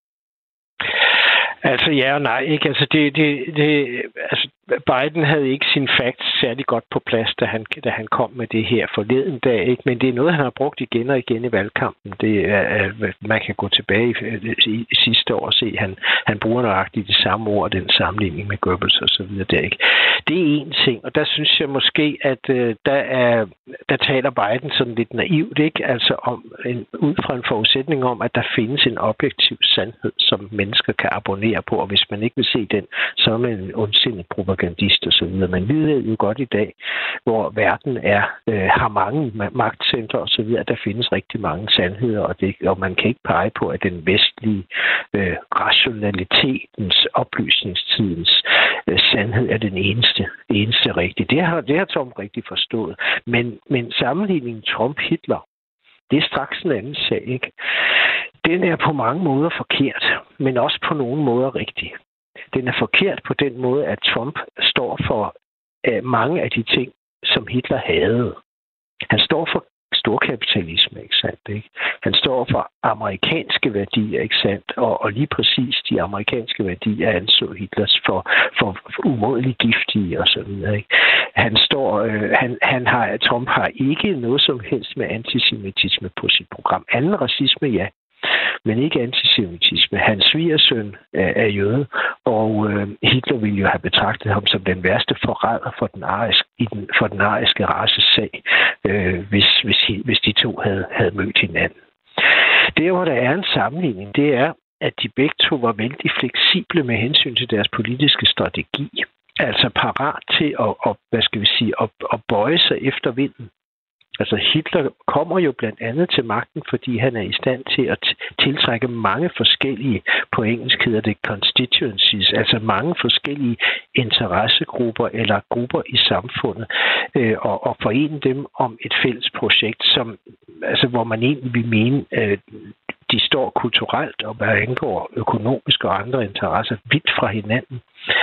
Altså ja og nej, ikke? Altså altså Biden havde ikke sin facts særlig godt på plads, da han kom med det her forleden dag, ikke? Men det er noget, han har brugt igen og igen i valgkampen. Det er, man kan gå tilbage i sidste år og se, han bruger nøjagtigt de samme ord, den sammenligning med Goebbels og så videre der, ikke? Det er en ting, og der synes jeg måske, at der taler Biden sådan lidt naivt, ikke? Altså ud fra en forudsætning om, at der findes en objektiv sandhed, som mennesker kan abonnere på, og hvis man ikke vil se den, så er man en ondsindet propagandist og så videre. Men vi ved jo godt i dag, hvor verden har mange magtcentre og så videre, der findes rigtig mange sandheder, og man kan ikke pege på, at den vestlige rationalitetens, oplysningstidens sandhed er den eneste rigtige. Det har Tom rigtig forstået. Men sammenligningen Trump-Hitler, det er straks en anden sag, ikke? Den er på mange måder forkert, men også på nogle måder rigtig. Den er forkert på den måde, at Trump står for mange af de ting, som Hitler havde. Han står for storkapitalisme, ikke sandt? Ikke? Han står for amerikanske værdier, ikke sandt? Og lige præcis de amerikanske værdier anså Hitlers for umådeligt giftige og så videre, ikke? Trump har ikke noget som helst med antisemitisme på sit program. Anden racisme, ja, men ikke antisemitisme. Hans svigersøn er jøde, og Hitler ville jo have betragtet ham som den værste forræder for den ariske races sag, hvis de to havde mødt hinanden. Det, hvor der er en sammenligning, det er, at de begge to var vældig fleksible med hensyn til deres politiske strategi. Altså parat til at bøje sig efter vinden. Altså Hitler kommer jo blandt andet til magten, fordi han er i stand til at tiltrække mange forskellige, på engelsk hedder det constituencies, altså mange forskellige interessegrupper eller grupper i samfundet, og forene dem om et fælles projekt, hvor man egentlig vil mene, de står kulturelt og hvad angår økonomiske og andre interesser vidt fra hinanden.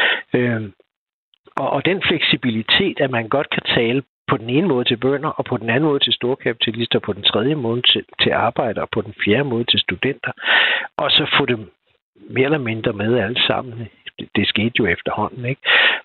Og den fleksibilitet, at man godt kan tale på den ene måde til bønder, og på den anden måde til storkapitalister, på den tredje måde til arbejdere, og på den fjerde måde til studenter, og så få dem mere eller mindre med alle sammen. Det skete jo efterhånden, ikke?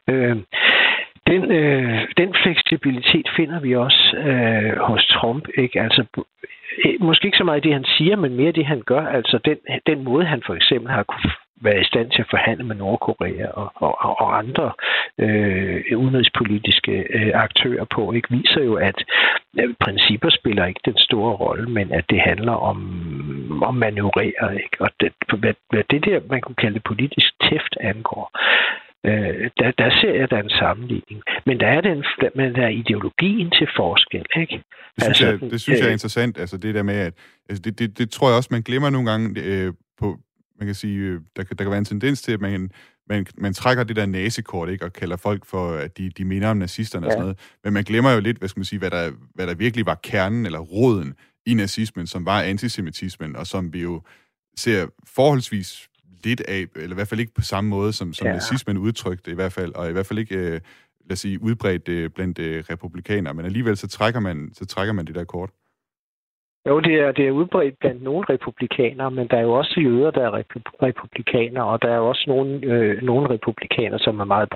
Den fleksibilitet finder vi også hos Trump, ikke? Altså måske ikke så meget det, han siger, men mere det, han gør. Altså den måde, han for eksempel har kunne være i stand til at forhandle med Nordkorea og andre udenrigspolitiske aktører på, ikke, viser jo, at principper spiller ikke den store rolle, men at det handler om manøvrere, ikke? Og hvad det der, man kunne kalde det politisk tæft angår, der ser jeg, der er en sammenligning. Men der er ideologien til forskel, ikke? Det synes jeg er interessant, altså det der med, at altså det tror jeg også, man glemmer nogle gange på. Man kan sige, der kan være en tendens til, at man trækker det der nazikort, ikke, og kalder folk for, at de minder om nazisterne og sådan noget. Men man glemmer jo lidt, hvad der virkelig var kernen eller roden i nazismen, som var antisemitismen, og som vi jo ser forholdsvis lidt af, eller i hvert fald ikke på samme måde, som nazismen udtrykte i hvert fald, og i hvert fald ikke, lad os sige, udbredt blandt republikanere. Men alligevel så trækker man det der kort. Jo, det er udbredt blandt nogle republikanere, men der er jo også jøder, der er republikanere, og der er også nogle republikanere, som er meget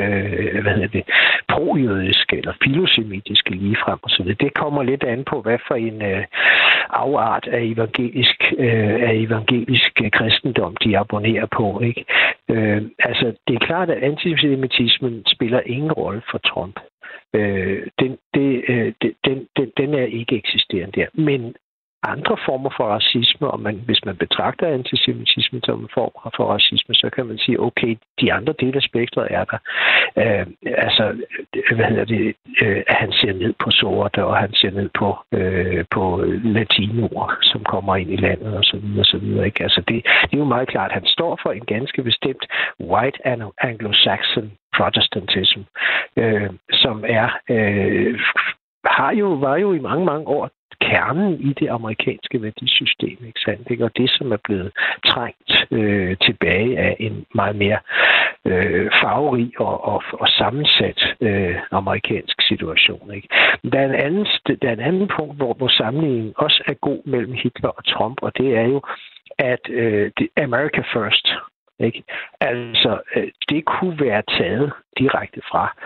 pro-jødiske eller filosemitiske ligefrem og så videre. Det kommer lidt an på, hvad for en afart af evangelisk kristendom de abonnerer på, ikke? Altså, det er klart, at antisemitismen spiller ingen rolle for Trump. Den er ikke eksisterende der. Men andre former for racisme, og hvis man betragter antisemitisme som en form for racisme, så kan man sige, okay, de andre dele af spektret er der. Han ser ned på sorte, og han ser ned på latinoer, som kommer ind i landet, og så videre, ikke? Altså det er jo meget klart, han står for en ganske bestemt white anglo-saxon Protestantism, som var jo i mange, mange år kernen i det amerikanske værdisystem, ikke sandt? Ikke? Og det, som er blevet trængt tilbage af en meget mere farverig og sammensat amerikansk situation. Ikke? Der er en anden punkt, hvor sammenligningen også er god mellem Hitler og Trump, og det er jo, at America First, ikke? Altså, det kunne være taget direkte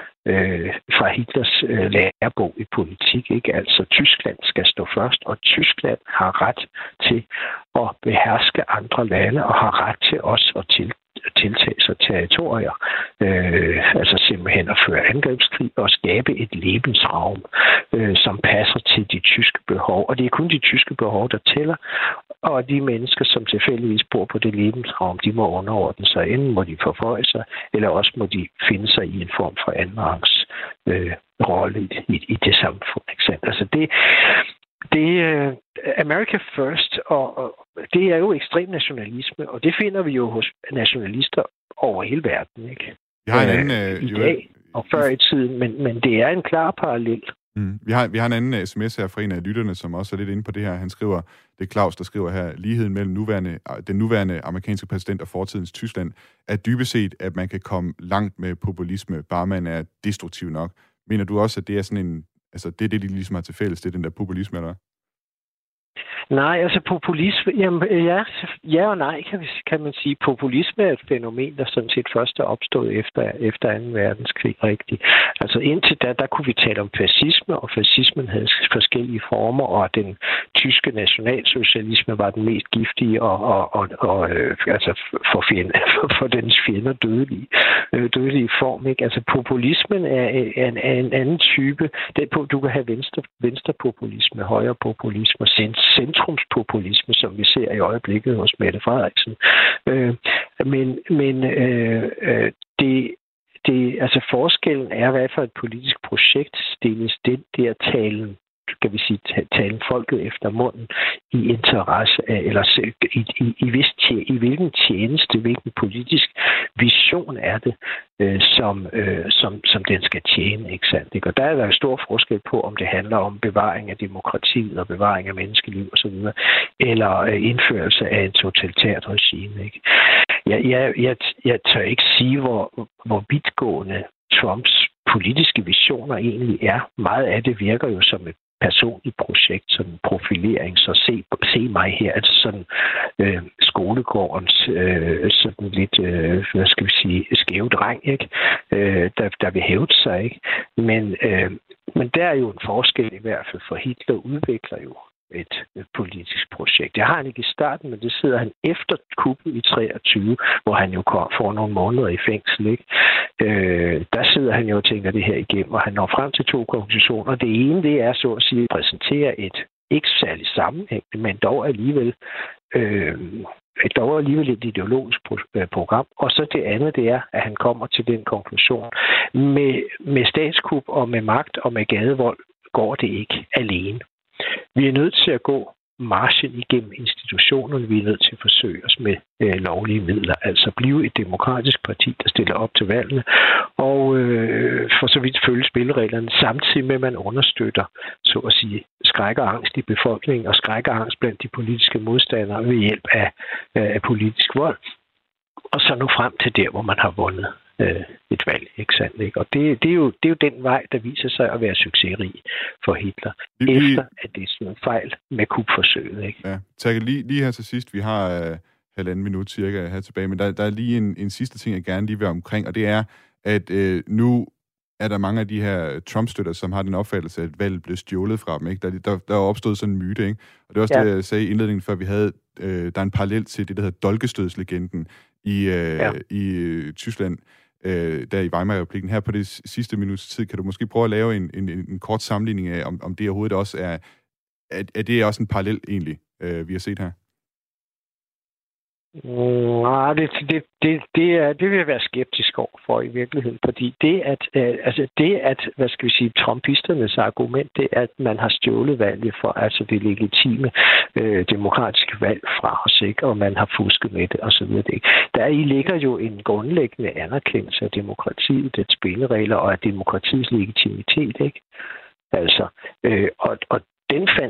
fra Hitlers lærebog i politik. Ikke? Altså, Tyskland skal stå først, og Tyskland har ret til at beherske andre lande, og har ret til også at tiltage sig territorier. Altså simpelthen at føre angrebskrig og skabe et Lebensraum, som passer til de tyske behov. Og det er kun de tyske behov, der tæller. Og de mennesker, som tilfældigvis bor på det Lebensraum, de må underordne sig. Enten må de forføje sig, eller også må de finde sig i en form for andenrangs rolle i det samfund. Ikke? Altså det America First, og det er jo ekstrem nationalisme, og det finder vi jo hos nationalister over hele verden, ikke? Vi har en anden, i dag og før i tiden, men det er en klar parallel. Vi har en anden sms her fra en af lytterne, som også er lidt inde på det her. Han skriver, det er Claus, der skriver her, ligheden mellem den nuværende amerikanske præsident og fortidens Tyskland er dybest set, at man kan komme langt med populisme, bare man er destruktiv nok. Mener du også, at det er sådan en, altså det er det, de ligesom har til fælles, det er den der populisme, eller? Nej, altså populisme, jamen, ja og nej, kan man sige. Populisme er et fænomen, der sådan set først er opstået efter 2. verdenskrig, rigtigt. Altså indtil da kunne vi tale om fascisme, og fascismen havde forskellige former, og den tyske nationalsocialisme var den mest giftige altså for dens fjender dødelige form. Ikke? Altså populismen er en anden type. Du kan have venstrepopulisme, højrepopulisme, centrumspopulisme, som vi ser i øjeblikket hos Mette Frederiksen. Altså forskellen er, hvad for et politisk projekt stilles det der talen folket efter munden i interesse af, eller i hvilken tjeneste, hvilken politisk vision er det, som den skal tjene, ikke sandt? Ikke? Og der er der en stor forskel på, om det handler om bevaring af demokratiet og bevaring af menneskeliv osv., eller indførelse af en totalitært regime, ikke? Jeg tør ikke sige, hvor vidtgående Trumps politiske visioner egentlig er. Meget af det virker jo som et personligt projekt, sådan profilering, så se mig her, altså sådan skolegårdens sådan lidt, skæve dreng, ikke? Der vil hævde sig, ikke? Men der er jo en forskel i hvert fald, for Hitler udvikler jo et politisk projekt. Det har han ikke i starten, men det sidder han efter kuppet i 23, hvor han jo får nogle måneder i fængsel, ikke? Der sidder han jo og tænker det her igennem, og han når frem til 2 konklusioner. Det ene, det er så at sige at præsentere et ikke særligt sammenhængende, men dog alligevel et ideologisk program. Og så det andet, det er, at han kommer til den konklusion. Med statskup og med magt og med gadevold går det ikke alene. Vi er nødt til at gå marchen igennem institutionerne. Vi er nødt til at forsøge os med lovlige midler. Altså blive et demokratisk parti, der stiller op til valgene. Og for så vidt følge spillereglerne, samtidig med, at man understøtter, så at sige, skræk og angst i befolkningen og skræk og angst blandt de politiske modstandere ved hjælp af politisk vold. Og så nå frem til der, hvor man har vundet et valg, ikke sandt? Ikke? Og det er jo den vej, der viser sig at være succesrig for Hitler, efter at det er sådan en fejl med kupforsøget. Ikke? Ja, tak. Lige her til sidst, vi har 1,5 minut cirka her tilbage, men der er lige en sidste ting, jeg gerne lige vil omkring, og det er, at nu er der mange af de her Trump-støtter, som har den opfattelse, at valget blev stjålet fra dem. Ikke? Der er opstået sådan en myte, ikke? Og det er også det, jeg sagde i indledningen, før vi havde, der er en parallel til det, der hedder dolkestødslegenden i Tyskland, der i Weimar-republikken. Her på det sidste minuts tid, kan du måske prøve at lave en kort sammenligning af, om det overhovedet også er det også en parallel egentlig, vi har set her? Nej, det vil jeg være skeptisk over for i virkeligheden, fordi det at hvad skal vi sige, trumpisternes argument, det er, at man har stjålet valget for altså det legitime demokratiske valg fra os, ikke? Og man har fusket med det og så videre. Der i ligger jo en grundlæggende anerkendelse af demokratiet, dets spilleregler og af demokratiets legitimitet, ikke? Altså, og den fandt du jo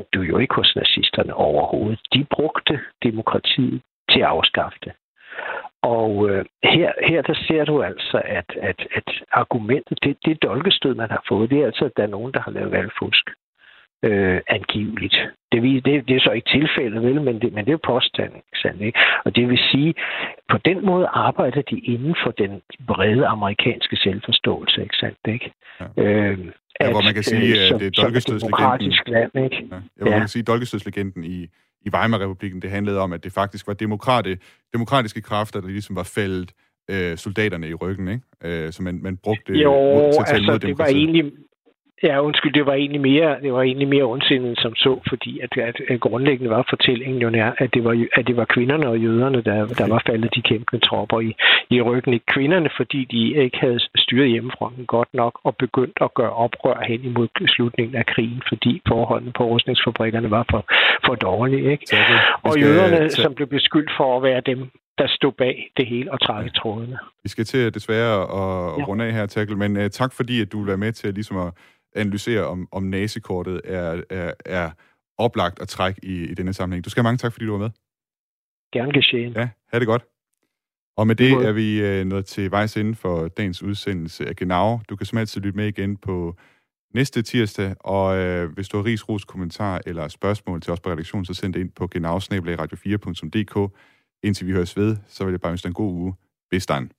ikke hos nazisterne overhovedet. De brugte demokratiet til at afskaffe det. Og her der ser du altså, at argumentet, det dolkestød, man har fået, det er altså, at der er nogen, der har lavet valgfusk. Angiveligt. Det er så ikke tilfældet, vel, men det er jo påstanden, ikke? Og det vil sige, på den måde arbejder de inden for den brede amerikanske selvforståelse, ikke sandt, ikke? Ja. Hvor man kan sige, at det er dolkestødslegenden. Land, ikke? Ja. Hvor man kan sige, dolkestødslegenden i Weimar-republikken, det handlede om, at det faktisk var demokratiske kræfter, der ligesom var faldet soldaterne i ryggen, ikke? Så man brugte til at tale mod demokratiet. Det var egentlig mere ondsindet som så, fordi at grundlæggende var fortællingen jo nær, at det var kvinderne og jøderne, der var faldet de kæmpende tropper i ryggen. Ikke kvinderne, fordi de ikke havde styret hjemmefronten godt nok og begyndt at gøre oprør hen imod slutningen af krigen, fordi forholdene på rustningsfabrikkerne var for dårlige. Ikke? Og jøderne, som blev beskyldt for at være dem, der stod bag det hele og trække trådene. Vi skal til desværre at runde af her, Terkel, men tak fordi, at du vil være med til ligesom at analysere, om nazikortet er oplagt at trække i denne sammenhæng. Du skal have mange tak, fordi du var med. Gerne geschehen. Ja, ha' det godt. Og med det er vi nået til vejs inden for dagens udsendelse af Genau. Du kan som altid lytte med igen på næste tirsdag, og hvis du har ris, ros, kommentar eller spørgsmål til os på redaktionen, så send det ind på genau@radio4.dk. Indtil vi høres ved, så vil jeg bare ønske dig en god uge. Bis dann.